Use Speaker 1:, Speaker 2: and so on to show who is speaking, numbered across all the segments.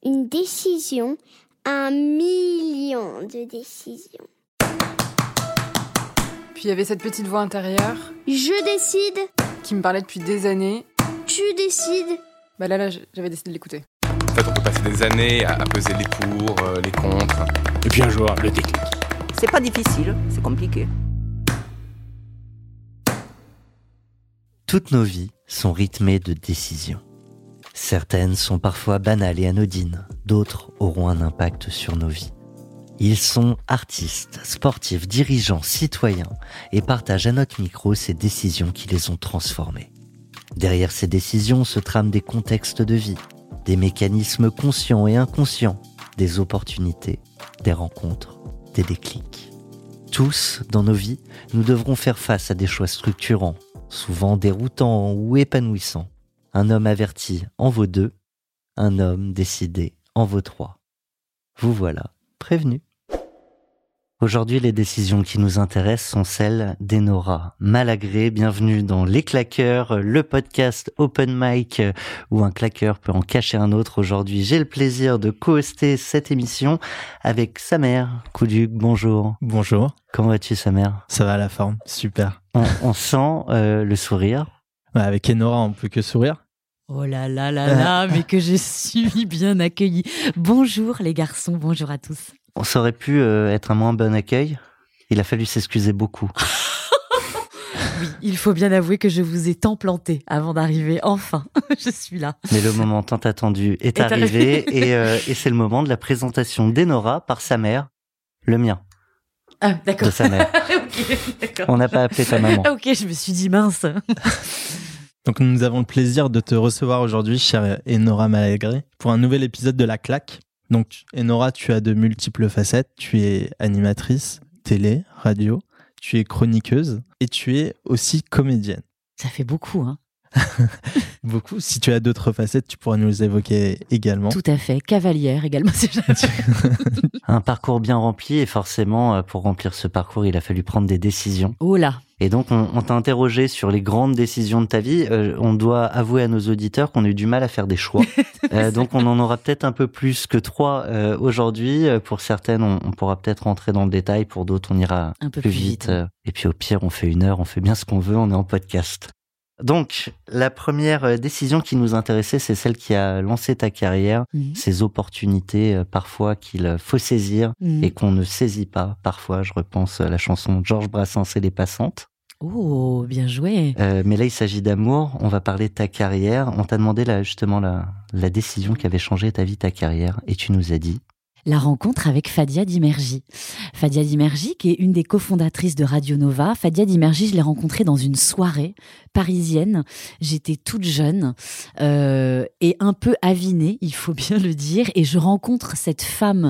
Speaker 1: une décision, 1 million de décisions.
Speaker 2: Puis il y avait cette petite voix intérieure
Speaker 1: Je décide,
Speaker 2: qui me parlait depuis des années.
Speaker 1: tu décides.
Speaker 2: Là, j'avais décidé de l'écouter.
Speaker 3: En fait, on peut passer des années à peser les pour, les contre.
Speaker 4: Et puis un jour, le déclic.
Speaker 5: C'est pas difficile, c'est compliqué.
Speaker 6: Toutes nos vies sont rythmées de décisions. Certaines sont parfois banales et anodines, d'autres auront un impact sur nos vies. Ils sont artistes, sportifs, dirigeants, citoyens et partagent à notre micro ces décisions qui les ont transformés. Derrière ces décisions se trament des contextes de vie, des mécanismes conscients et inconscients, des opportunités, des rencontres, des déclics. Tous, dans nos vies, nous devrons faire face à des choix structurants, souvent déroutants ou épanouissants. Un homme averti en vaut 2, un homme décidé en vaut 3. Vous voilà prévenus. Aujourd'hui, les décisions qui nous intéressent sont celles d'Enora Malagré. Bienvenue dans Les Claqueurs, le podcast open mic où un claqueur peut en cacher un autre. Aujourd'hui, j'ai le plaisir de co-hoster cette émission avec Samer Kouduc. Bonjour.
Speaker 7: Bonjour.
Speaker 6: Comment vas-tu, Samer ?
Speaker 7: Ça va à la forme, super.
Speaker 6: On sent le sourire.
Speaker 7: Ouais, avec Enora, on peut que sourire.
Speaker 8: Oh là là là là, mais que je suis bien accueillie. Bonjour les garçons, bonjour à tous.
Speaker 6: Ça aurait pu être un moins bon accueil. Il a fallu s'excuser beaucoup.
Speaker 8: Oui, il faut bien avouer que je vous ai tant planté avant d'arriver. Enfin, je suis là.
Speaker 6: Mais le moment tant attendu est arrivé et c'est le moment de la présentation d'Enora par sa mère, le mien.
Speaker 8: Ah, d'accord.
Speaker 6: De sa mère.
Speaker 8: Okay, d'accord.
Speaker 6: On n'a pas appelé ta maman.
Speaker 8: Ok, je me suis dit mince.
Speaker 7: Donc nous avons le plaisir de te recevoir aujourd'hui, chère Enora Malagré, pour un nouvel épisode de La Claque. Donc Enora, tu as de multiples facettes. Tu es animatrice, télé, radio, tu es chroniqueuse et tu es aussi comédienne.
Speaker 8: Ça fait beaucoup, hein.
Speaker 7: Beaucoup. Si tu as d'autres facettes, tu pourras nous les évoquer également.
Speaker 8: Tout à fait. Cavalière également.
Speaker 6: Un parcours bien rempli et forcément, pour remplir ce parcours, il a fallu prendre des décisions.
Speaker 8: Oh là.
Speaker 6: Et donc, on t'a interrogé sur les grandes décisions de ta vie. On doit avouer à nos auditeurs qu'on a eu du mal à faire des choix. Donc, on en aura peut-être un peu plus que 3 aujourd'hui. Pour certaines, on pourra peut-être rentrer dans le détail. Pour d'autres, on ira
Speaker 8: un peu
Speaker 6: plus vite. Et puis, au pire, on fait 1 heure, on fait bien ce qu'on veut, on est en podcast. Donc, la première décision qui nous intéressait, c'est celle qui a lancé ta carrière, ces opportunités parfois qu'il faut saisir et qu'on ne saisit pas. Parfois, je repense à la chanson de Georges Brassens et les passantes.
Speaker 8: Oh, bien joué.
Speaker 6: Mais là, il s'agit d'amour. On va parler de ta carrière. On t'a demandé justement la décision qui avait changé ta vie, ta carrière, et tu nous as dit...
Speaker 8: La rencontre avec Fadia Dimerji. Fadia Dimerji, qui est une des cofondatrices de Radio Nova. Fadia Dimerji, je l'ai rencontrée dans une soirée parisienne. J'étais toute jeune et un peu avinée, il faut bien le dire. Et je rencontre cette femme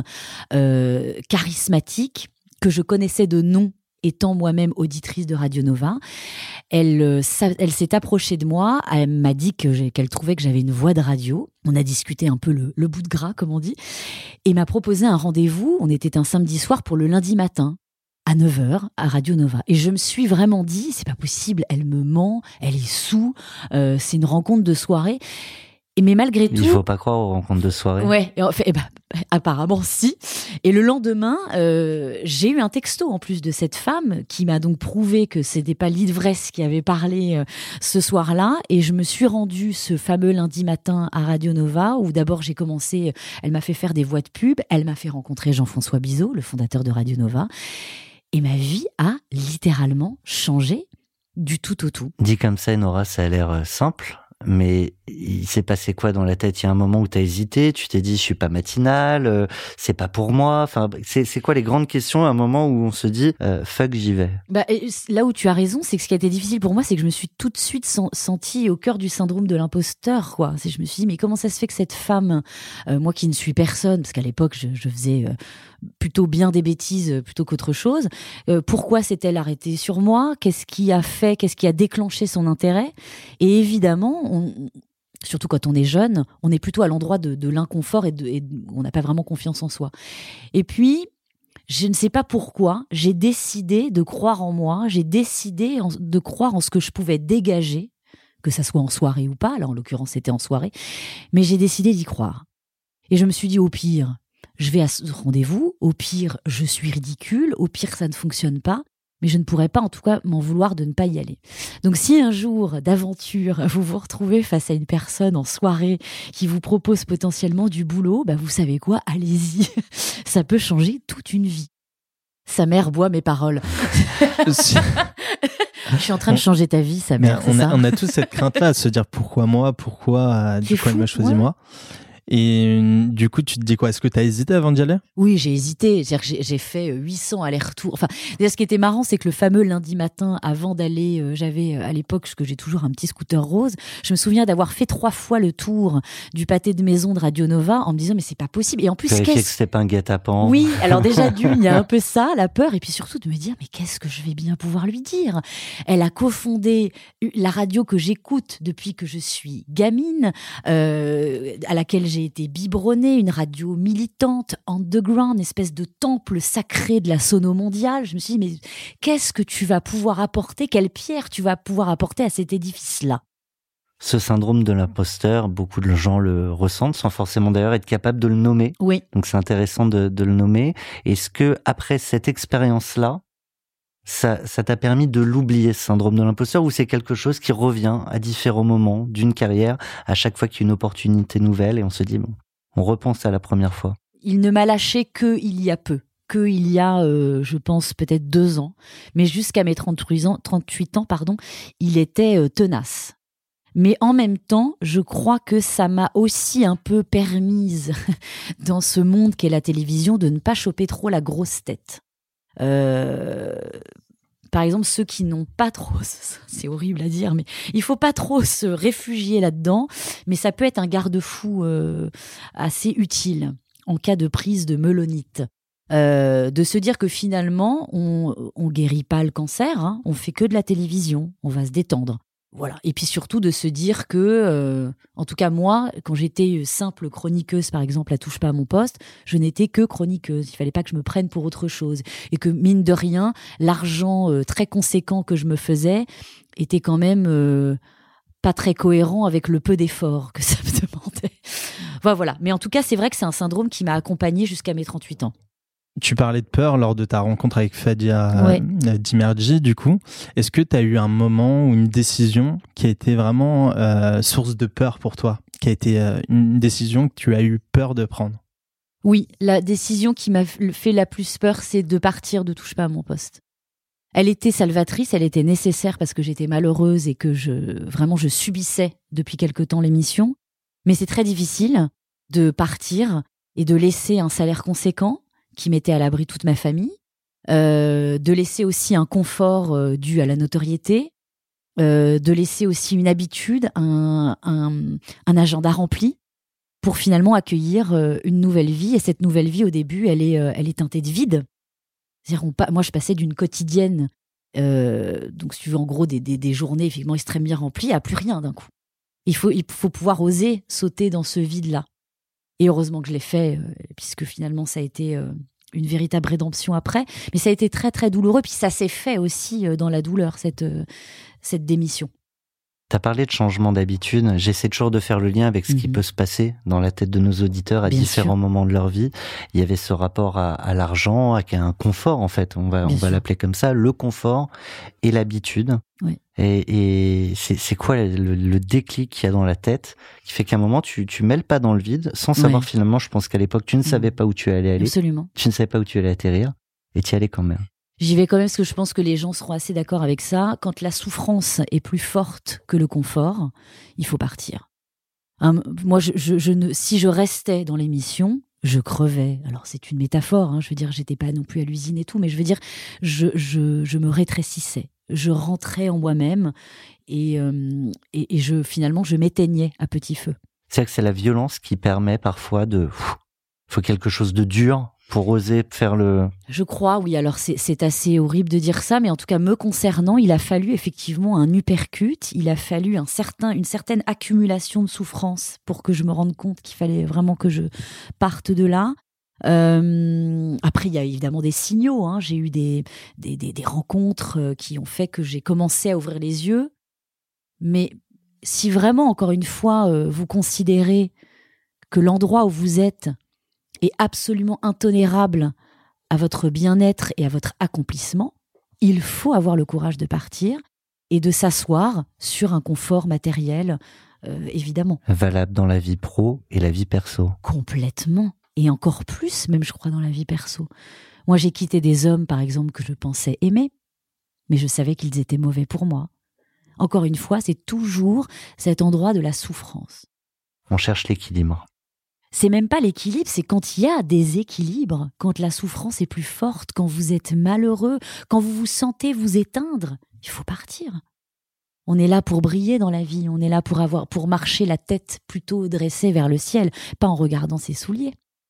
Speaker 8: charismatique que je connaissais de nom, étant moi-même auditrice de Radio Nova. Elle s'est approchée de moi, elle m'a dit qu'elle trouvait que j'avais une voix de radio. On a discuté un peu le bout de gras, comme on dit, et m'a proposé un rendez-vous. On était un samedi soir pour le lundi matin, à 9h, à Radio Nova. Et je me suis vraiment dit, c'est pas possible, elle me ment, elle est saoule, c'est une rencontre de soirée. Mais malgré tout...
Speaker 6: Il faut pas croire aux rencontres de soirée.
Speaker 8: Ouais, apparemment si. Et le lendemain, j'ai eu un texto en plus de cette femme qui m'a donc prouvé que c'était pas l'ivresse qui avait parlé ce soir-là. Et je me suis rendue ce fameux lundi matin à Radio Nova où d'abord j'ai commencé, elle m'a fait faire des voix de pub, elle m'a fait rencontrer Jean-François Bizot, le fondateur de Radio Nova. Et ma vie a littéralement changé du tout au tout.
Speaker 6: Dit comme ça, Nora, ça a l'air simple. Mais il s'est passé quoi dans la tête ? Il y a un moment où t'as hésité, tu t'es dit je suis pas matinale, c'est pas pour moi. Enfin, c'est quoi les grandes questions à un moment où on se dit fuck, j'y vais ?
Speaker 8: Là où tu as raison, c'est que ce qui a été difficile pour moi, c'est que je me suis tout de suite sentie au cœur du syndrome de l'imposteur, quoi. Je me suis dit mais comment ça se fait que cette femme, moi qui ne suis personne, parce qu'à l'époque je faisais plutôt bien des bêtises plutôt qu'autre chose, pourquoi s'est-elle arrêtée sur moi ? Qu'est-ce qui a déclenché son intérêt ? Et évidemment, surtout quand on est jeune, on est plutôt à l'endroit de l'inconfort et on n'a pas vraiment confiance en soi. Et puis, je ne sais pas pourquoi, j'ai décidé de croire en moi, j'ai décidé de croire en ce que je pouvais dégager, que ça soit en soirée ou pas, là en l'occurrence c'était en soirée, mais j'ai décidé d'y croire. Et je me suis dit, au pire, je vais à ce rendez-vous, au pire, je suis ridicule, au pire, ça ne fonctionne pas, mais je ne pourrais pas, en tout cas, m'en vouloir de ne pas y aller. Donc, si un jour d'aventure, vous vous retrouvez face à une personne en soirée qui vous propose potentiellement du boulot, vous savez quoi, allez-y. Ça peut changer toute une vie. Sa mère boit mes paroles. Je suis en train de changer ta vie, sa mère,
Speaker 7: on a tous cette crainte-là, de se dire pourquoi moi, pourquoi elle m'a choisi moi. Et du coup, tu te dis quoi? Est-ce que tu as hésité avant d'y aller?
Speaker 8: Oui, j'ai hésité. C'est-à-dire que j'ai fait 800 allers-retours. Enfin, déjà, ce qui était marrant, c'est que le fameux lundi matin, avant d'aller, j'avais à l'époque, parce que j'ai toujours un petit scooter rose, je me souviens d'avoir fait 3 fois le tour du pâté de maison de Radio Nova en me disant, mais c'est pas possible. Et en plus,
Speaker 6: vérifier que c'était pas un guet-apens.
Speaker 8: Oui, alors déjà, il y a un peu ça, la peur, et puis surtout de me dire, mais qu'est-ce que je vais bien pouvoir lui dire? Elle a cofondé la radio que j'écoute depuis que je suis gamine, à laquelle j'ai été biberonnée, une radio militante, underground, une espèce de temple sacré de la sono mondiale. Je me suis dit, mais qu'est-ce que tu vas pouvoir apporter, quelle pierre tu vas pouvoir apporter à cet édifice-là?
Speaker 6: Ce syndrome de l'imposteur, beaucoup de gens le ressentent sans forcément d'ailleurs être capable de le nommer.
Speaker 8: Oui.
Speaker 6: Donc c'est intéressant de le nommer. Est-ce que après cette expérience-là, ça t'a permis de l'oublier, ce syndrome de l'imposteur, ou c'est quelque chose qui revient à différents moments d'une carrière, à chaque fois qu'il y a une opportunité nouvelle et on se dit, bon, on repense à la première fois?
Speaker 8: Il ne m'a lâché qu'il y a peu. Qu'il y a, je pense, peut-être 2 ans. Mais jusqu'à mes 38 ans, il était tenace. Mais en même temps, je crois que ça m'a aussi un peu permise, dans ce monde qu'est la télévision, de ne pas choper trop la grosse tête. Par exemple, ceux qui n'ont pas trop, c'est horrible à dire, mais il faut pas trop se réfugier là-dedans, mais ça peut être un garde-fou assez utile en cas de prise de melonite. De se dire que finalement, on guérit pas le cancer, hein, on fait que de la télévision, on va se détendre. Voilà. Et puis surtout de se dire que, en tout cas moi, quand j'étais simple chroniqueuse, par exemple, à Touche pas à mon poste, je n'étais que chroniqueuse. Il fallait pas que je me prenne pour autre chose. Et que, mine de rien, l'argent très conséquent que je me faisais était quand même pas très cohérent avec le peu d'efforts que ça me demandait. Voilà. Mais en tout cas, c'est vrai que c'est un syndrome qui m'a accompagnée jusqu'à mes 38 ans.
Speaker 7: Tu parlais de peur lors de ta rencontre avec Fadia Dimerji, du coup. Est-ce que tu as eu un moment ou une décision qui a été vraiment source de peur pour toi, qui a été une décision que tu as eu peur de prendre?
Speaker 8: Oui, la décision qui m'a fait la plus peur, c'est de partir de Touche pas à mon poste. Elle était salvatrice, elle était nécessaire parce que j'étais malheureuse et que je subissais depuis quelque temps l'émission. Mais c'est très difficile de partir et de laisser un salaire conséquent qui mettait à l'abri toute ma famille, de laisser aussi un confort dû à la notoriété, de laisser aussi une habitude, un agenda rempli pour finalement accueillir une nouvelle vie. Et cette nouvelle vie, au début, elle est teintée de vide. C'est-à-dire, moi, je passais d'une quotidienne, donc si tu veux, en gros, des journées effectivement extrêmement bien remplies, à plus rien d'un coup. Il faut pouvoir oser sauter dans ce vide-là. Et heureusement que je l'ai fait, puisque finalement, ça a été une véritable rédemption après. Mais ça a été très, très douloureux. Puis ça s'est fait aussi dans la douleur, cette démission.
Speaker 6: T'as parlé de changement d'habitude. J'essaie toujours de faire le lien avec ce qui peut se passer dans la tête de nos auditeurs à différents moments de leur vie. Il y avait ce rapport à l'argent, à un confort, en fait. On va l'appeler comme ça, le confort et l'habitude.
Speaker 8: Oui.
Speaker 6: Et c'est quoi le déclic qu'il y a dans la tête qui fait qu'à un moment, tu mets le pas dans le vide sans savoir finalement, je pense qu'à l'époque, tu ne savais pas où tu allais aller.
Speaker 8: Absolument.
Speaker 6: Tu ne savais pas où tu allais atterrir et tu y allais quand même.
Speaker 8: J'y vais quand même parce que je pense que les gens seront assez d'accord avec ça. Quand la souffrance est plus forte que le confort, il faut partir. Moi, si je restais dans l'émission, je crevais. Alors, c'est une métaphore, hein, je veux dire, j'étais pas non plus à l'usine et tout, mais je veux dire, je me rétrécissais. Je rentrais en moi-même et finalement, je m'éteignais à petit feu.
Speaker 6: C'est-à-dire que c'est la violence qui permet parfois faut quelque chose de dur pour oser faire le...
Speaker 8: Je crois, oui. Alors, c'est assez horrible de dire ça, mais en tout cas, me concernant, il a fallu effectivement un uppercut. Il a fallu une certaine accumulation de souffrance pour que je me rende compte qu'il fallait vraiment que je parte de là. Après, il y a évidemment des signaux. Hein. J'ai eu des rencontres qui ont fait que j'ai commencé à ouvrir les yeux. Mais si vraiment, encore une fois, vous considérez que l'endroit où vous êtes est absolument intolérable à votre bien-être et à votre accomplissement, il faut avoir le courage de partir et de s'asseoir sur un confort matériel, évidemment.
Speaker 6: Valable dans la vie pro et la vie perso.
Speaker 8: Complètement. Et encore plus, même je crois, dans la vie perso. Moi, j'ai quitté des hommes, par exemple, que je pensais aimer, mais je savais qu'ils étaient mauvais pour moi. Encore une fois, c'est toujours cet endroit de la souffrance.
Speaker 6: On cherche l'équilibre.
Speaker 8: C'est même pas l'équilibre, c'est quand il y a des équilibres, quand la souffrance est plus forte, quand vous êtes malheureux, quand vous vous sentez vous éteindre, il faut partir. On est là pour briller dans la vie, on est là pour marcher la tête plutôt dressée vers le ciel, pas en regardant ses souliers.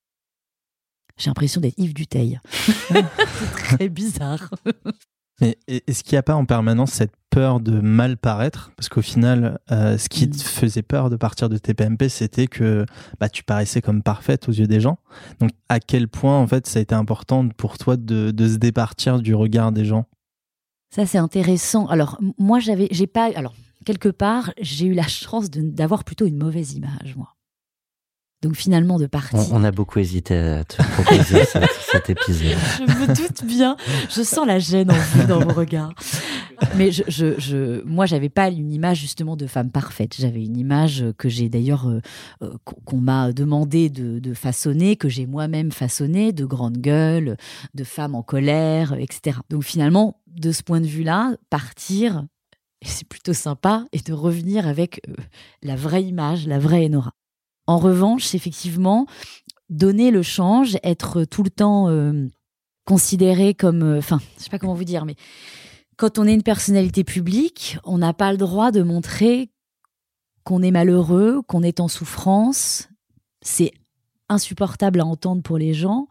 Speaker 8: J'ai l'impression d'être Yves Duteil. C'est très bizarre.
Speaker 7: Mais est-ce qu'il n'y a pas en permanence cette peur de mal paraître ? Parce qu'au final, ce qui te faisait peur de partir de TPMP, c'était que tu paraissais comme parfaite aux yeux des gens. Donc, à quel point, en fait, ça a été important pour toi de se départir du regard des gens ?
Speaker 8: Ça, c'est intéressant. Alors, moi, quelque part, j'ai eu la chance d'avoir plutôt une mauvaise image, moi. Donc finalement de partir.
Speaker 6: On a beaucoup hésité à te proposer cet épisode.
Speaker 8: Je me doute bien. Je sens la gêne en vous dans vos regards. Mais moi, j'avais pas une image justement de femme parfaite. J'avais une image que j'ai d'ailleurs qu'on m'a demandé de façonner, que j'ai moi-même façonnée, de grande gueule, de femme en colère, etc. Donc finalement, de ce point de vue-là, partir, c'est plutôt sympa, et de revenir avec la vraie image, la vraie Enora. En revanche, effectivement, donner le change, être tout le temps considéré comme... je sais pas comment vous dire, mais quand on est une personnalité publique, on n'a pas le droit de montrer qu'on est malheureux, qu'on est en souffrance. C'est insupportable à entendre pour les gens.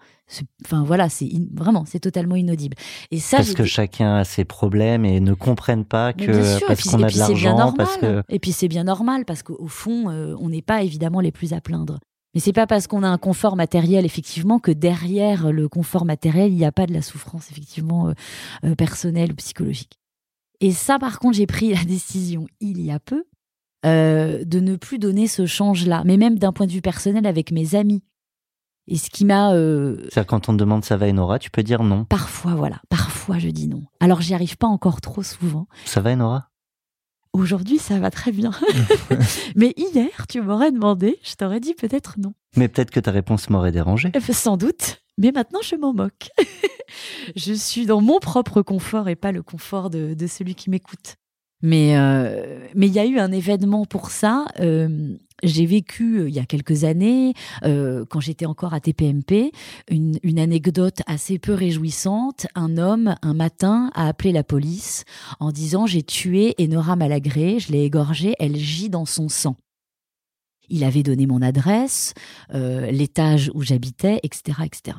Speaker 8: Vraiment, c'est totalement inaudible. Et ça,
Speaker 6: parce que chacun a ses problèmes et ne comprennent pas que parce qu'on a de l'argent,
Speaker 8: Et puis c'est bien normal, parce qu'au fond, on n'est pas évidemment les plus à plaindre. Mais c'est pas parce qu'on a un confort matériel, effectivement, que derrière le confort matériel, il n'y a pas de la souffrance, effectivement, personnelle ou psychologique. Et ça, par contre, j'ai pris la décision, il y a peu, de ne plus donner ce change-là, mais même d'un point de vue personnel avec mes amis. Et ce qui m'a...
Speaker 6: C'est-à-dire, quand on te demande ça va Enora, tu peux dire non.
Speaker 8: Parfois je dis non. Alors j'y arrive pas encore trop souvent.
Speaker 6: Ça va Enora ?
Speaker 8: Aujourd'hui, ça va très bien. Mais hier, tu m'aurais demandé, je t'aurais dit peut-être non.
Speaker 6: Mais peut-être que ta réponse m'aurait dérangé.
Speaker 8: Sans doute, mais maintenant je m'en moque. Je suis dans mon propre confort et pas le confort de celui qui m'écoute. Mais il y a eu un événement pour ça. J'ai vécu, il y a quelques années, quand j'étais encore à TPMP, une anecdote assez peu réjouissante. Un homme, un matin, a appelé la police en disant « J'ai tué Enora Malagré, je l'ai égorgée, elle gît dans son sang ». Il avait donné mon adresse, l'étage où j'habitais, etc., etc.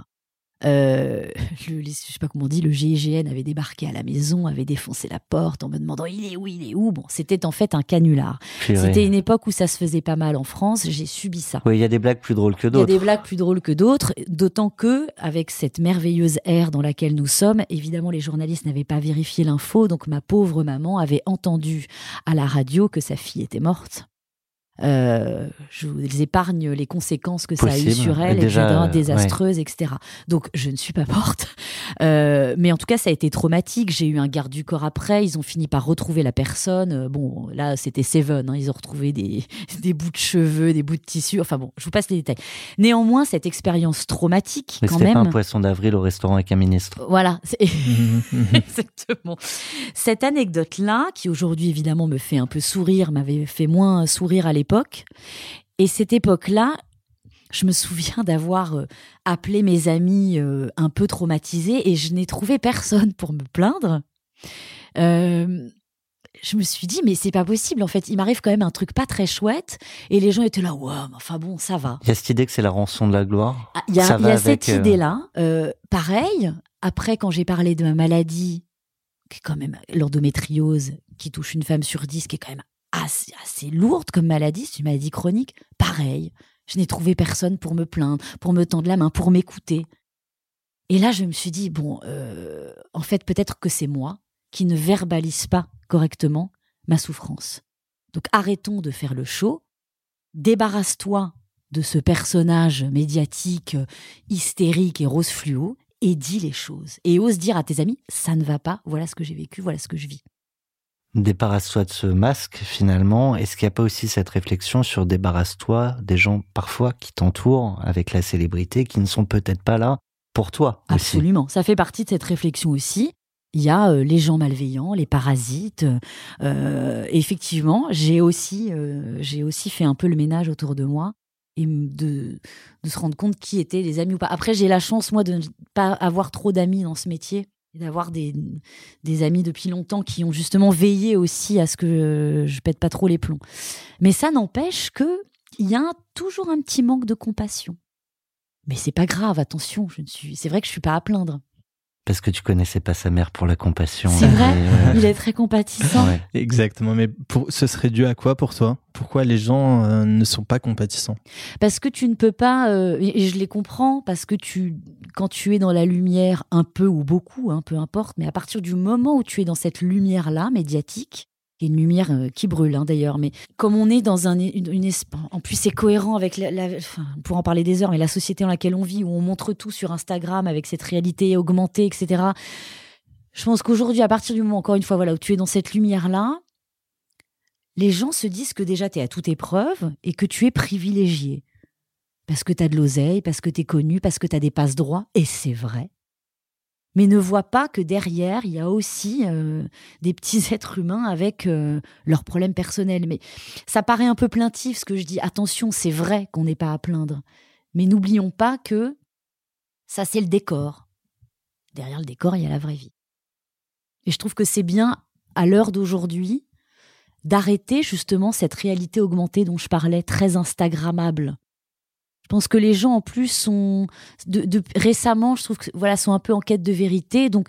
Speaker 8: Je sais pas comment on dit, le GIGN avait débarqué à la maison, avait défoncé la porte en me demandant il est où. Bon, c'était en fait un canular. C'était une époque où ça se faisait pas mal en France, j'ai subi ça.
Speaker 6: Oui, il y a des blagues plus drôles que d'autres.
Speaker 8: D'autant que, avec cette merveilleuse ère dans laquelle nous sommes, évidemment les journalistes n'avaient pas vérifié l'info, donc ma pauvre maman avait entendu à la radio que sa fille était morte. Je vous épargne les conséquences que ça a eu sur elle, etc., désastreuses, etc. Donc je ne suis pas morte, mais en tout cas ça a été traumatique. J'ai eu un garde du corps après, ils ont fini par retrouver la personne. Bon, là c'était Seven, ils ont retrouvé des bouts de cheveux, des bouts de tissu, enfin bon, je vous passe les détails. Néanmoins, cette expérience traumatique,
Speaker 6: mais
Speaker 8: quand
Speaker 6: c'était
Speaker 8: même...
Speaker 6: pas un poisson d'avril au restaurant avec un ministre.
Speaker 8: Voilà, exactement. Cette anecdote-là, qui aujourd'hui évidemment me fait un peu sourire, m'avait fait moins sourire à l'époque. Et cette époque-là, je me souviens d'avoir appelé mes amis un peu traumatisés et je n'ai trouvé personne pour me plaindre. Je me suis dit, mais c'est pas possible, en fait. Il m'arrive quand même un truc pas très chouette et les gens étaient là, ouais, mais enfin bon, ça va.
Speaker 6: Il y a cette idée que c'est la rançon de la gloire.
Speaker 8: Il y a cette idée-là. Pareil, après, quand j'ai parlé de ma maladie, qui est quand même l'endométriose, qui touche une femme sur 10, qui est quand même assez lourde comme maladie, c'est une maladie chronique. Pareil, je n'ai trouvé personne pour me plaindre, pour me tendre la main, pour m'écouter. Et là, je me suis dit, en fait, peut-être que c'est moi qui ne verbalise pas correctement ma souffrance. Donc, arrêtons de faire le show, débarrasse-toi de ce personnage médiatique hystérique et rose fluo et dis les choses. Et ose dire à tes amis, ça ne va pas, voilà ce que j'ai vécu, voilà ce que je vis.
Speaker 6: Débarrasse-toi de ce masque, finalement. Est-ce qu'il n'y a pas aussi cette réflexion sur débarrasse-toi des gens, parfois, qui t'entourent avec la célébrité, qui ne sont peut-être pas là pour toi aussi.
Speaker 8: Absolument. Ça fait partie de cette réflexion aussi. Il y a les gens malveillants, les parasites. Effectivement, j'ai aussi fait un peu le ménage autour de moi et de se rendre compte qui étaient les amis ou pas. Après, j'ai la chance, moi, de ne pas avoir trop d'amis dans ce métier et d'avoir des amis depuis longtemps qui ont justement veillé aussi à ce que je pète pas trop les plombs. Mais ça n'empêche qu'il y a toujours un petit manque de compassion. Mais c'est pas grave, attention, c'est vrai que je suis pas à plaindre.
Speaker 6: Parce que tu connaissais pas sa mère pour la compassion.
Speaker 8: C'est vrai, il est très compatissant.
Speaker 6: Ouais.
Speaker 7: Exactement, mais ce serait dû à quoi pour toi ? Pourquoi les gens ne sont pas compatissants ?
Speaker 8: Parce que tu ne peux pas, et je les comprends, parce que quand tu es dans la lumière, un peu ou beaucoup, peu importe, mais à partir du moment où tu es dans cette lumière-là, médiatique, qui est une lumière qui brûle d'ailleurs, mais comme on est dans en plus c'est cohérent avec on pourra en parler des heures, mais la société dans laquelle on vit, où on montre tout sur Instagram avec cette réalité augmentée, etc. Je pense qu'aujourd'hui, à partir du moment, encore une fois, où tu es dans cette lumière-là, les gens se disent que déjà tu es à toute épreuve et que tu es privilégié. Parce que tu as de l'oseille, parce que tu es connu, parce que tu as des passe-droits, et c'est vrai. Mais ne voient pas que derrière, il y a aussi des petits êtres humains avec leurs problèmes personnels. Mais ça paraît un peu plaintif ce que je dis. Attention, c'est vrai qu'on n'est pas à plaindre. Mais n'oublions pas que ça, c'est le décor. Derrière le décor, il y a la vraie vie. Et je trouve que c'est bien, à l'heure d'aujourd'hui, d'arrêter justement cette réalité augmentée dont je parlais, très instagrammable. Je pense que les gens, en plus, sont récemment, je trouve que sont un peu en quête de vérité. Donc,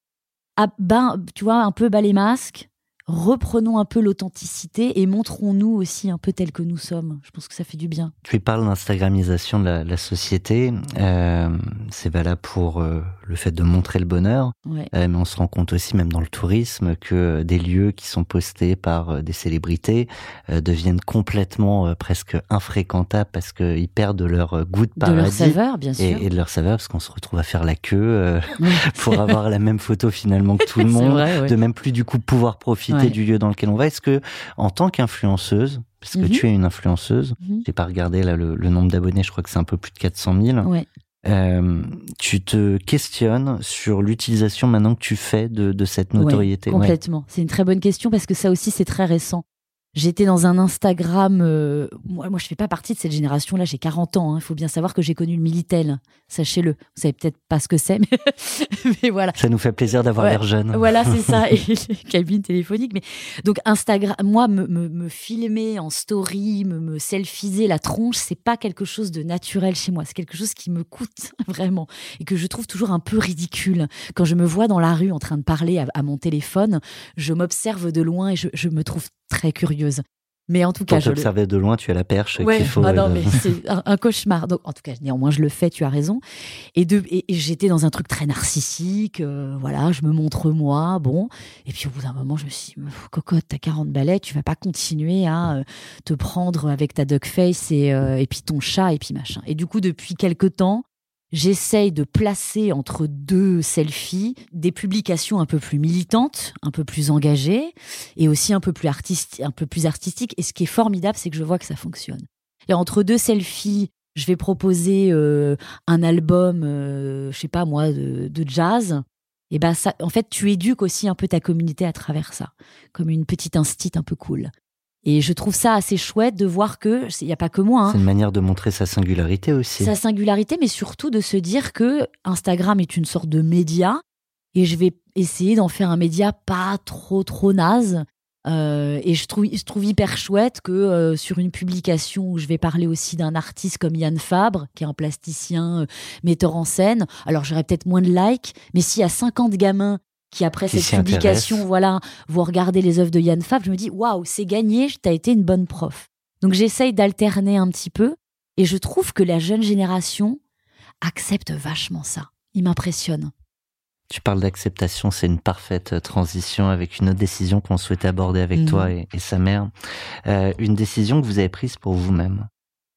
Speaker 8: tu vois, un peu bas les masques, reprenons un peu l'authenticité et montrons-nous aussi un peu tels que nous sommes. Je pense que ça fait du bien.
Speaker 6: Tu parles d'instagramisation de la société. C'est valable pour le fait de montrer le bonheur.
Speaker 8: Ouais.
Speaker 6: Mais on se rend compte aussi, même dans le tourisme, que des lieux qui sont postés par des célébrités deviennent complètement presque infréquentables parce qu'ils perdent leur goût de paradis.
Speaker 8: De leur saveur, bien sûr.
Speaker 6: Et de leur saveur, parce qu'on se retrouve à faire la queue pour avoir la même photo finalement que tout le monde.
Speaker 8: Vrai, ouais.
Speaker 6: De même plus du coup pouvoir profiter du lieu dans lequel on va. Est-ce que, en tant qu'influenceuse, parce que tu es une influenceuse, j'ai pas regardé là le nombre d'abonnés, je crois que c'est un peu plus de 400 000.
Speaker 8: Ouais.
Speaker 6: Tu te questionnes sur l'utilisation maintenant que tu fais de cette notoriété.
Speaker 8: Ouais, complètement. C'est une très bonne question parce que ça aussi, c'est très récent. J'étais dans un Instagram... moi, je fais pas partie de cette génération-là. J'ai 40 ans. Il faut bien savoir que j'ai connu le Minitel. Sachez-le. Vous savez peut-être pas ce que c'est, mais voilà.
Speaker 6: Ça nous fait plaisir d'avoir l'air jeune.
Speaker 8: Voilà, c'est ça. Et les cabines téléphoniques. Mais donc, Instagram, moi, me filmer en story, me selfiser la tronche, c'est pas quelque chose de naturel chez moi. C'est quelque chose qui me coûte vraiment et que je trouve toujours un peu ridicule. Quand je me vois dans la rue en train de parler à mon téléphone, je m'observe de loin et je me trouve très curieuse. Mais en tout cas,
Speaker 6: pour t'observer de loin, tu as la perche qu'il faut.
Speaker 8: Non, mais c'est un cauchemar. Donc, en tout cas, néanmoins, je le fais. Tu as raison. Et j'étais dans un truc très narcissique. Je me montre moi. Bon. Et puis, au bout d'un moment, je me suis dit, cocotte, t'as 40 balais, tu vas pas continuer à te prendre avec ta duck face et puis ton chat et puis machin. Et du coup, depuis quelque temps, j'essaye de placer entre deux selfies des publications un peu plus militantes, un peu plus engagées et aussi un peu plus artistiques. Et ce qui est formidable, c'est que je vois que ça fonctionne. Et entre deux selfies, je vais proposer un album, je sais pas moi, de jazz. Et ça, en fait, tu éduques aussi un peu ta communauté à travers ça, comme une petite instit un peu cool. Et je trouve ça assez chouette de voir que, il n'y a pas que moi.
Speaker 6: C'est une manière de montrer sa singularité aussi.
Speaker 8: Sa singularité, mais surtout de se dire que Instagram est une sorte de média et je vais essayer d'en faire un média pas trop naze. Et je trouve hyper chouette que sur une publication où je vais parler aussi d'un artiste comme Yann Fabre, qui est un plasticien, metteur en scène, alors j'aurais peut-être moins de likes, mais s'il y a 50 gamins qui après cette publication, vont regarder les œuvres de Yann Fabre, je me dis waouh, c'est gagné, t'as été une bonne prof. Donc j'essaye d'alterner un petit peu et je trouve que la jeune génération accepte vachement ça. Il m'impressionne.
Speaker 6: Tu parles d'acceptation, c'est une parfaite transition avec une autre décision qu'on souhaitait aborder avec toi et sa mère. Une décision que vous avez prise pour vous-même.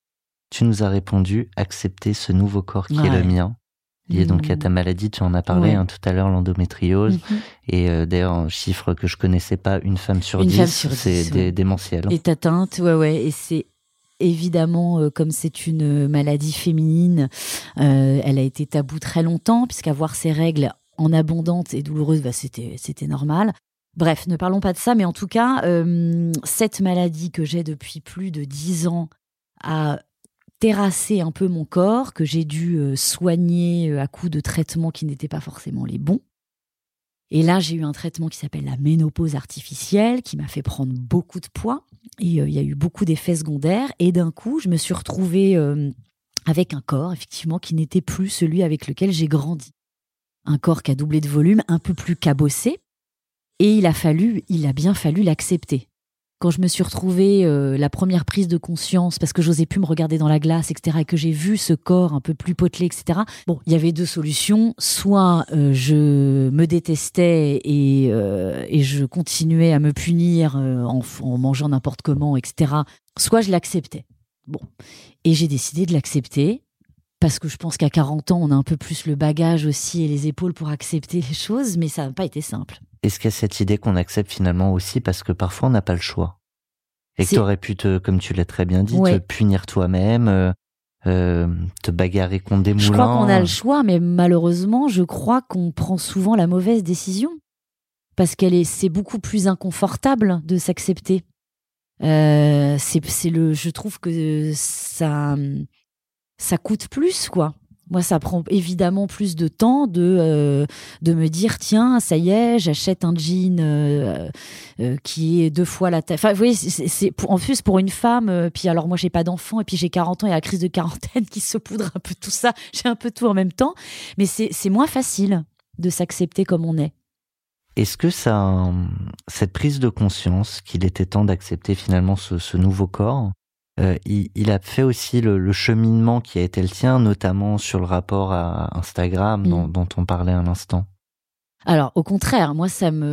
Speaker 6: Tu nous as répondu accepter ce nouveau corps qui est le mien. Lié donc à ta maladie, tu en as parlé tout à l'heure, l'endométriose. Et d'ailleurs, un chiffre que je connaissais pas, une femme sur 10, c'est démentiel.
Speaker 8: Est atteinte, et c'est évidemment, comme c'est une maladie féminine, elle a été taboue très longtemps, puisqu'avoir ses règles en abondance et douloureuse, c'était normal. Bref, ne parlons pas de ça, mais en tout cas, cette maladie que j'ai depuis plus de 10 ans a terrassé un peu mon corps, que j'ai dû soigner à coups de traitements qui n'étaient pas forcément les bons. Et là, j'ai eu un traitement qui s'appelle la ménopause artificielle, qui m'a fait prendre beaucoup de poids. Et il y a eu beaucoup d'effets secondaires. Et d'un coup, je me suis retrouvée avec un corps, effectivement, qui n'était plus celui avec lequel j'ai grandi. Un corps qui a doublé de volume, un peu plus cabossé. Et il a bien fallu l'accepter. Quand je me suis retrouvée la première prise de conscience, parce que j'osais plus me regarder dans la glace, etc., et que j'ai vu ce corps un peu plus potelé, etc., bon, il y avait 2 solutions. Soit je me détestais et je continuais à me punir en mangeant n'importe comment, etc., soit je l'acceptais. Bon. Et j'ai décidé de l'accepter, parce que je pense qu'à 40 ans, on a un peu plus le bagage aussi et les épaules pour accepter les choses, mais ça n'a pas été simple.
Speaker 6: Est-ce qu'il y a cette idée qu'on accepte finalement aussi parce que parfois on n'a pas le choix? Et que tu aurais pu, comme tu l'as très bien dit, te punir toi-même, te bagarrer contre des moulins.
Speaker 8: Je crois qu'on a le choix, mais malheureusement, je crois qu'on prend souvent la mauvaise décision. Parce c'est beaucoup plus inconfortable de s'accepter. Je trouve que ça coûte plus, quoi. Moi, ça prend évidemment plus de temps de me dire, tiens, ça y est, j'achète un jean qui est 2 fois la taille. Enfin, vous voyez, en plus, pour une femme, puis alors moi, j'ai pas d'enfant, et puis j'ai 40 ans, il y a la crise de quarantaine qui se poudre un peu tout ça. J'ai un peu tout en même temps. Mais c'est moins facile de s'accepter comme on est.
Speaker 6: Est-ce que cette prise de conscience qu'il était temps d'accepter finalement ce nouveau corps, il a fait aussi le cheminement qui a été le tien, notamment sur le rapport à Instagram dont on parlait à l'instant?
Speaker 8: Alors, au contraire, moi,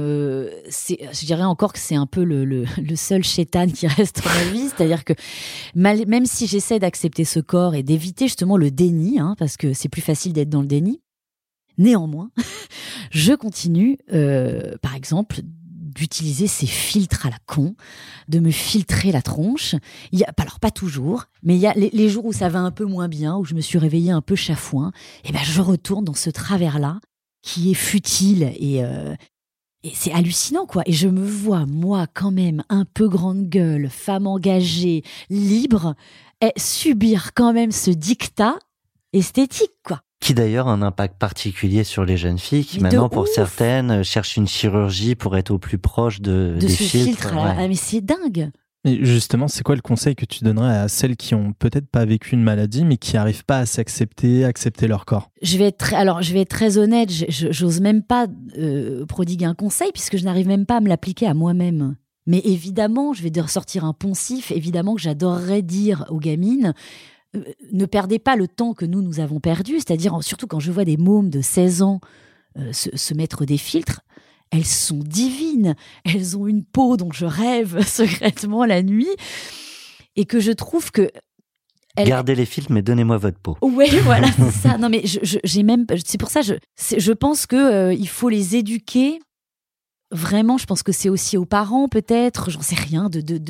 Speaker 8: je dirais encore que c'est un peu le seul chétan qui reste dans ma vie. C'est-à-dire que même si j'essaie d'accepter ce corps et d'éviter justement le déni, parce que c'est plus facile d'être dans le déni, néanmoins, je continue, par exemple, d'utiliser ces filtres à la con, de me filtrer la tronche. Alors pas toujours, mais il y a les jours où ça va un peu moins bien, où je me suis réveillée un peu chafouin, et ben je retourne dans ce travers-là qui est futile et c'est hallucinant, quoi. Et je me vois, moi, quand même, un peu grande gueule, femme engagée, libre, et subir quand même ce dictat esthétique, quoi.
Speaker 6: Qui d'ailleurs a un impact particulier sur les jeunes filles qui maintenant pour certaines cherchent une chirurgie pour être au plus proche des
Speaker 8: ce
Speaker 6: filtres.
Speaker 8: Mais c'est dingue.
Speaker 7: Et justement, c'est quoi le conseil que tu donnerais à celles qui ont peut-être pas vécu une maladie mais qui n'arrivent pas à accepter leur corps? Je vais
Speaker 8: être très honnête, j'ose même pas prodiguer un conseil puisque je n'arrive même pas à me l'appliquer à moi-même. Mais évidemment, je vais ressortir un poncif, évidemment que j'adorerais dire aux gamines, ne perdez pas le temps que nous avons perdu, c'est-à-dire surtout quand je vois des mômes de 16 ans se mettre des filtres, elles sont divines, elles ont une peau dont je rêve secrètement la nuit et que je trouve que...
Speaker 6: Gardez les filtres, mais donnez-moi votre peau.
Speaker 8: Oui, voilà, c'est ça. Non, mais c'est pour ça, je pense qu'il faut les éduquer. Vraiment, je pense que c'est aussi aux parents peut-être, j'en sais rien,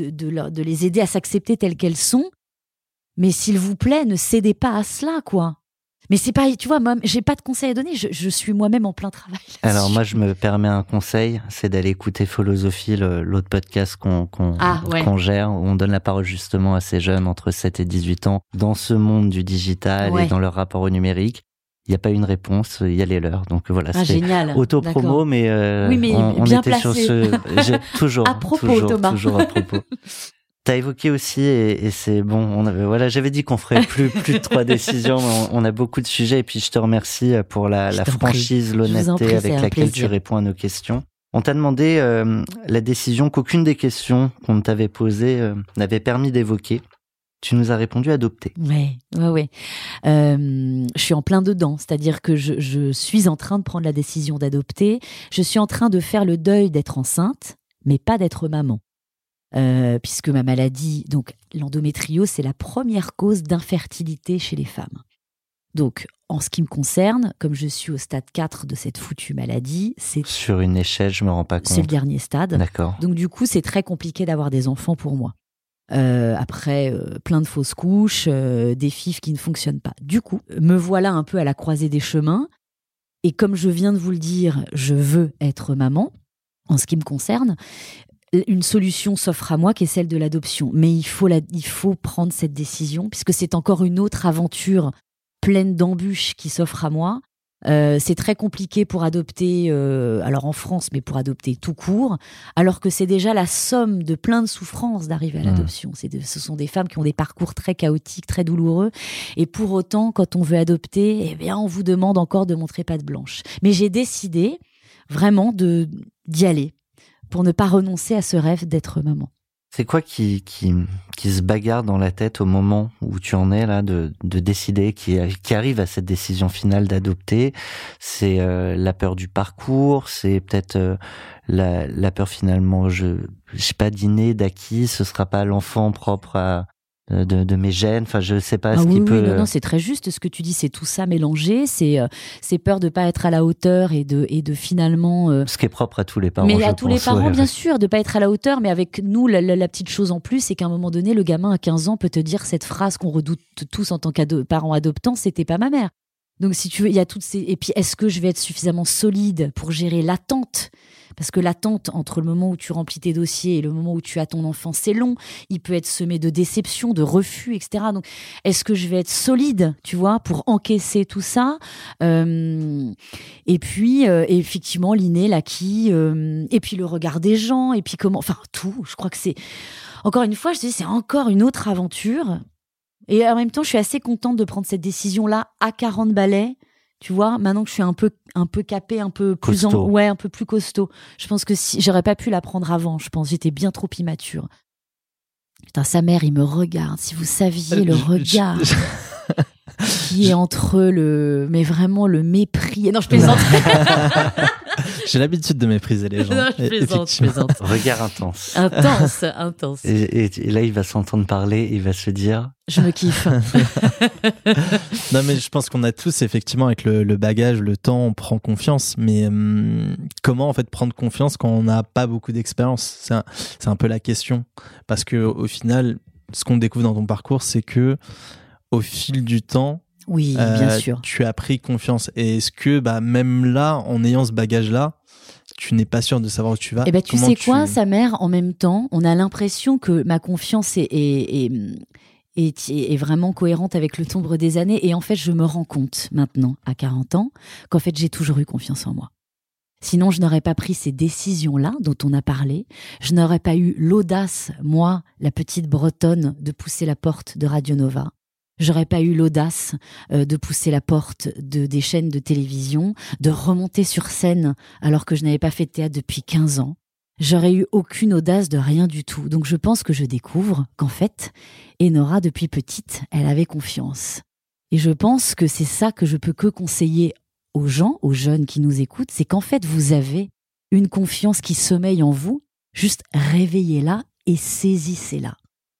Speaker 8: de les aider à s'accepter telles qu'elles sont. Mais s'il vous plaît, ne cédez pas à cela, quoi. Mais c'est pas, tu vois, moi, j'ai pas de conseils à donner. Je suis moi-même en plein travail là-dessus.
Speaker 6: Alors moi, je me permets un conseil, c'est d'aller écouter Philosophie, l'autre podcast qu'on gère, où on donne la parole justement à ces jeunes entre 7 et 18 ans dans ce monde du digital et dans leur rapport au numérique. Il n'y a pas une réponse, il y a les leurs. Donc voilà, c'est auto-promo, mais, on
Speaker 8: bien
Speaker 6: était
Speaker 8: placé.
Speaker 6: sur toujours,
Speaker 8: à propos, Thomas.
Speaker 6: Toujours à propos. T'as évoqué aussi, et c'est bon, j'avais dit qu'on ferait plus de 3 décisions, mais on a beaucoup de sujets, et puis je te remercie pour la franchise, l'honnêteté avec laquelle tu réponds à nos questions. On t'a demandé la décision qu'aucune des questions qu'on t'avait posées n'avait permis d'évoquer. Tu nous as répondu adopter.
Speaker 8: Oui. Je suis en plein dedans, c'est-à-dire que je suis en train de prendre la décision d'adopter. Je suis en train de faire le deuil d'être enceinte, mais pas d'être maman. puisque ma maladie, donc l'endométriose, c'est la première cause d'infertilité chez les femmes. Donc, en ce qui me concerne, comme je suis au stade 4 de cette foutue maladie,
Speaker 6: Sur une échelle, je me rends pas compte.
Speaker 8: c'est le dernier stade.
Speaker 6: D'accord.
Speaker 8: Donc du coup, c'est très compliqué d'avoir des enfants pour moi. Après, plein de fausses couches, des FIV qui ne fonctionnent pas. Du coup, me voilà un peu à la croisée des chemins. Et comme je viens de vous le dire, je veux être maman. En ce qui me concerne, une solution s'offre à moi qui est celle de l'adoption. Mais il faut prendre cette décision puisque c'est encore une autre aventure pleine d'embûches qui s'offre à moi. C'est très compliqué pour adopter, alors en France, mais pour adopter tout court, alors que c'est déjà la somme de plein de souffrances d'arriver à l'adoption. Ce sont des femmes qui ont des parcours très chaotiques, très douloureux, et pour autant, quand on veut adopter, eh bien, on vous demande encore de montrer patte blanche. Mais j'ai décidé vraiment d'y aller, pour ne pas renoncer à ce rêve d'être maman.
Speaker 6: C'est quoi qui se bagarre dans la tête au moment où tu en es là de décider, qui arrive à cette décision finale d'adopter? C'est la peur du parcours, c'est peut-être la peur finalement, je sais pas, d'inné, d'acquis, ce sera pas l'enfant propre de mes gènes, enfin je sais pas
Speaker 8: qui
Speaker 6: peut...
Speaker 8: Oui, non, c'est très juste ce que tu dis, c'est tout ça mélangé, c'est peur de pas être à la hauteur et de finalement...
Speaker 6: Ce qui est propre à tous les parents,
Speaker 8: mais à tous les parents, bien sûr, de pas être à la hauteur, mais avec nous, la petite chose en plus, c'est qu'à un moment donné, le gamin à 15 ans peut te dire cette phrase qu'on redoute tous en tant que parents adoptants, c'était pas ma mère. Donc si tu veux, il y a toutes ces... Et puis, est-ce que je vais être suffisamment solide pour gérer l'attente ? Parce que l'attente entre le moment où tu remplis tes dossiers et le moment où tu as ton enfant, c'est long. Il peut être semé de déceptions, de refus, etc. Donc, est-ce que je vais être solide, tu vois, pour encaisser tout ça ? Et puis, effectivement, l'inné, l'acquis, et puis le regard des gens, et puis comment... Enfin, tout. Je crois que c'est... Encore une fois, je dis, c'est encore une autre aventure. Et en même temps, je suis assez contente de prendre cette décision-là à 40 balais. Tu vois, maintenant que je suis un peu capée, un peu plus
Speaker 6: costaud.
Speaker 8: Un peu plus costaud. Je pense que si j'aurais pas pu la prendre avant, je pense j'étais bien trop immature. Putain, sa mère, il me regarde. Si vous saviez le regard qui est entre mais vraiment le mépris. Non, je plaisante.
Speaker 7: J'ai l'habitude de mépriser les gens.
Speaker 8: Non, je plaisante.
Speaker 6: Regard intense.
Speaker 8: Intense.
Speaker 6: Et là, il va s'entendre parler, et il va se dire...
Speaker 8: Je me kiffe.
Speaker 7: Non, mais je pense qu'on a tous, effectivement, avec le bagage, le temps, on prend confiance. Mais comment, en fait, prendre confiance quand on n'a pas beaucoup d'expérience ? C'est un peu la question. Parce que au final, ce qu'on découvre dans ton parcours, c'est que au fil du temps,
Speaker 8: oui, bien sûr,
Speaker 7: tu as pris confiance. Et est-ce que, même là, en ayant ce bagage-là, tu n'es pas sûr de savoir où tu vas ?
Speaker 8: Eh ben, tu sais quoi, sa mère, en même temps, on a l'impression que ma confiance est vraiment cohérente avec le nombre des années. Et en fait, je me rends compte maintenant, à 40 ans, qu'en fait, j'ai toujours eu confiance en moi. Sinon, je n'aurais pas pris ces décisions-là dont on a parlé. Je n'aurais pas eu l'audace, moi, la petite bretonne, de pousser la porte de Radio Nova. J'aurais pas eu l'audace de pousser la porte des chaînes de télévision, de remonter sur scène alors que je n'avais pas fait de théâtre depuis 15 ans. J'aurais eu aucune audace de rien du tout. Donc je pense que je découvre qu'en fait, Enora, depuis petite, elle avait confiance. Et je pense que c'est ça que je peux que conseiller aux gens, aux jeunes qui nous écoutent, c'est qu'en fait, vous avez une confiance qui sommeille en vous, juste réveillez-la et saisissez-la.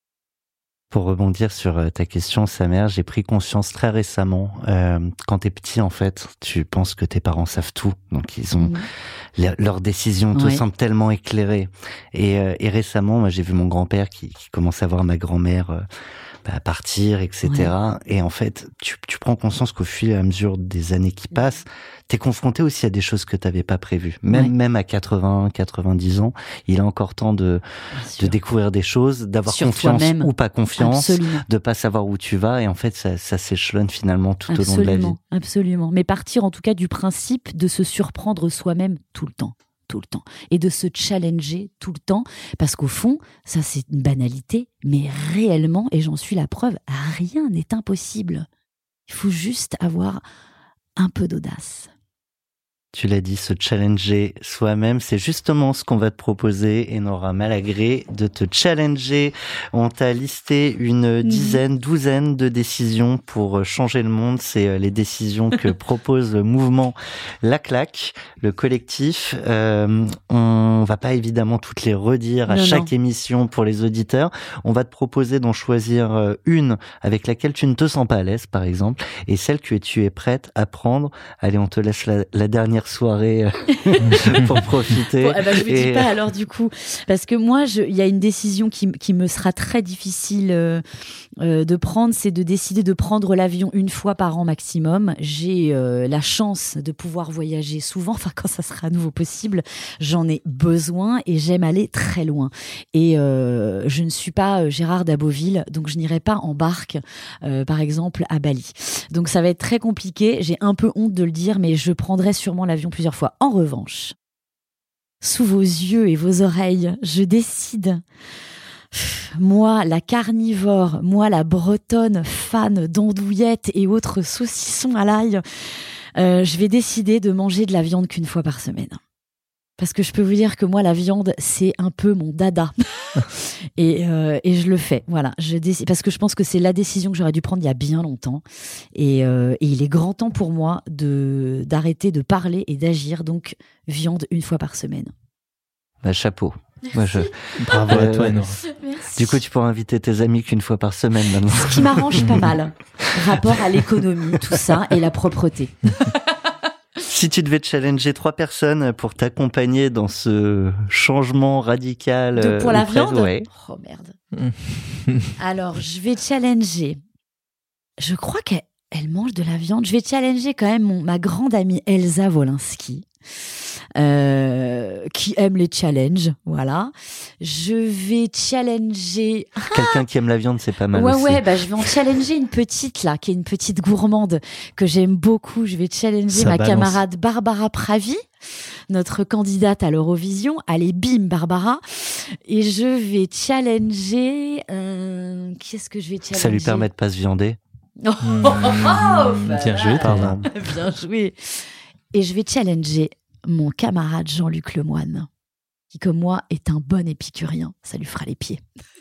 Speaker 6: Pour rebondir sur ta question, sa mère, j'ai pris conscience très récemment. Quand t'es petit, en fait, tu penses que tes parents savent tout. Donc, ils ont leurs décisions te semblent tellement éclairées. Et récemment, moi, j'ai vu mon grand-père qui commence à voir ma grand-mère partir, etc. Ouais. Et en fait, tu prends conscience qu'au fur et à mesure des années qui passent, t'es confronté aussi à des choses que t'avais pas prévues. Même à 80, 90 ans, il a encore temps de découvrir des choses, d'avoir confiance ou pas confiance, de pas savoir où tu vas. Et en fait, ça s'échelonne finalement tout au long de la vie.
Speaker 8: Absolument. Mais partir en tout cas du principe de se surprendre soi-même tout le temps. Et de se challenger tout le temps, parce qu'au fond, ça c'est une banalité, mais réellement, et j'en suis la preuve, rien n'est impossible. Il faut juste avoir un peu d'audace.
Speaker 6: Tu l'as dit, se challenger soi-même, c'est justement ce qu'on va te proposer, Enora Malagré, de te challenger. On t'a listé une douzaine de décisions pour changer le monde. C'est les décisions que propose le mouvement La Claque, le collectif. On va pas évidemment toutes les redire à chaque émission pour les auditeurs. On va te proposer d'en choisir une avec laquelle tu ne te sens pas à l'aise, par exemple, et celle que tu es prête à prendre. Allez, on te laisse la dernière soirée pour profiter.
Speaker 8: Bon, je vous dis pas alors du coup, parce que moi, il y a une décision qui me sera très difficile de prendre, c'est de décider de prendre l'avion une fois par an maximum. J'ai la chance de pouvoir voyager souvent, enfin quand ça sera à nouveau possible, j'en ai besoin et j'aime aller très loin. Et je ne suis pas Gérard Daboville, donc je n'irai pas en barque, par exemple à Bali. Donc ça va être très compliqué, j'ai un peu honte de le dire, mais je prendrai sûrement l'avion plusieurs fois. En revanche, sous vos yeux et vos oreilles, je décide. Moi, la carnivore, moi, la bretonne fan d'andouillettes et autres saucissons à l'ail, je vais décider de manger de la viande qu'une fois par semaine. Parce que je peux vous dire que moi, la viande, c'est un peu mon dada. et je le fais. Voilà. Parce que je pense que c'est la décision que j'aurais dû prendre il y a bien longtemps. Et il est grand temps pour moi d'arrêter de parler et d'agir. Donc, viande une fois par semaine.
Speaker 6: Chapeau.
Speaker 7: Bravo à toi, Enora.
Speaker 8: Merci.
Speaker 6: Du coup, tu pourras inviter tes amis qu'une fois par semaine maintenant.
Speaker 8: Ce qui m'arrange pas mal. Rapport à l'économie, tout ça, et la propreté.
Speaker 6: Si tu devais challenger 3 personnes pour t'accompagner dans ce changement radical...
Speaker 8: pour la viande ?
Speaker 6: Ouais.
Speaker 8: Oh merde. Alors, je vais challenger. Je crois qu'elle mange de la viande. Je vais challenger quand même ma grande amie Elsa Wolinski. Qui aime les challenges, voilà. Je vais challenger...
Speaker 6: Quelqu'un qui aime la viande, c'est pas mal aussi.
Speaker 8: Je vais en challenger une petite, là, qui est une petite gourmande que j'aime beaucoup. Je vais challenger ma camarade Barbara Pravi, notre candidate à l'Eurovision. Allez, bim, Barbara. Et je vais challenger... Qu'est-ce que je vais challenger ?
Speaker 6: Ça lui permet de pas se viander.
Speaker 8: Bien
Speaker 7: joué, pardon.
Speaker 8: Bien joué. Et je vais challenger mon camarade Jean-Luc Lemoine, qui, comme moi, est un bon épicurien. Ça lui fera les pieds.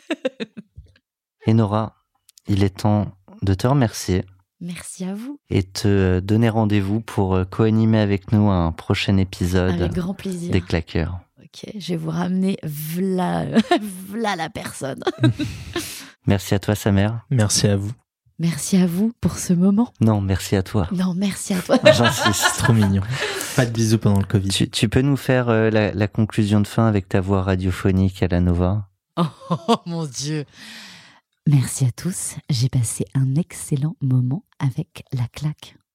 Speaker 6: Enora, il est temps de te remercier.
Speaker 8: Merci à vous.
Speaker 6: Et te donner rendez-vous pour co-animer avec nous un prochain épisode.
Speaker 8: Avec grand plaisir.
Speaker 6: Des Claqueurs.
Speaker 8: Ok, je vais vous ramener v'là la personne.
Speaker 6: Merci à toi, Samer.
Speaker 7: Merci à vous.
Speaker 8: Merci à vous pour ce moment.
Speaker 6: Non, merci à toi.
Speaker 8: Non, merci à toi.
Speaker 6: J'insiste.
Speaker 7: Trop mignon. Pas de bisous pendant le Covid.
Speaker 6: Tu peux nous faire la conclusion de fin avec ta voix radiophonique à la Nova ?
Speaker 8: Oh mon Dieu. Merci à tous. J'ai passé un excellent moment avec La Claque.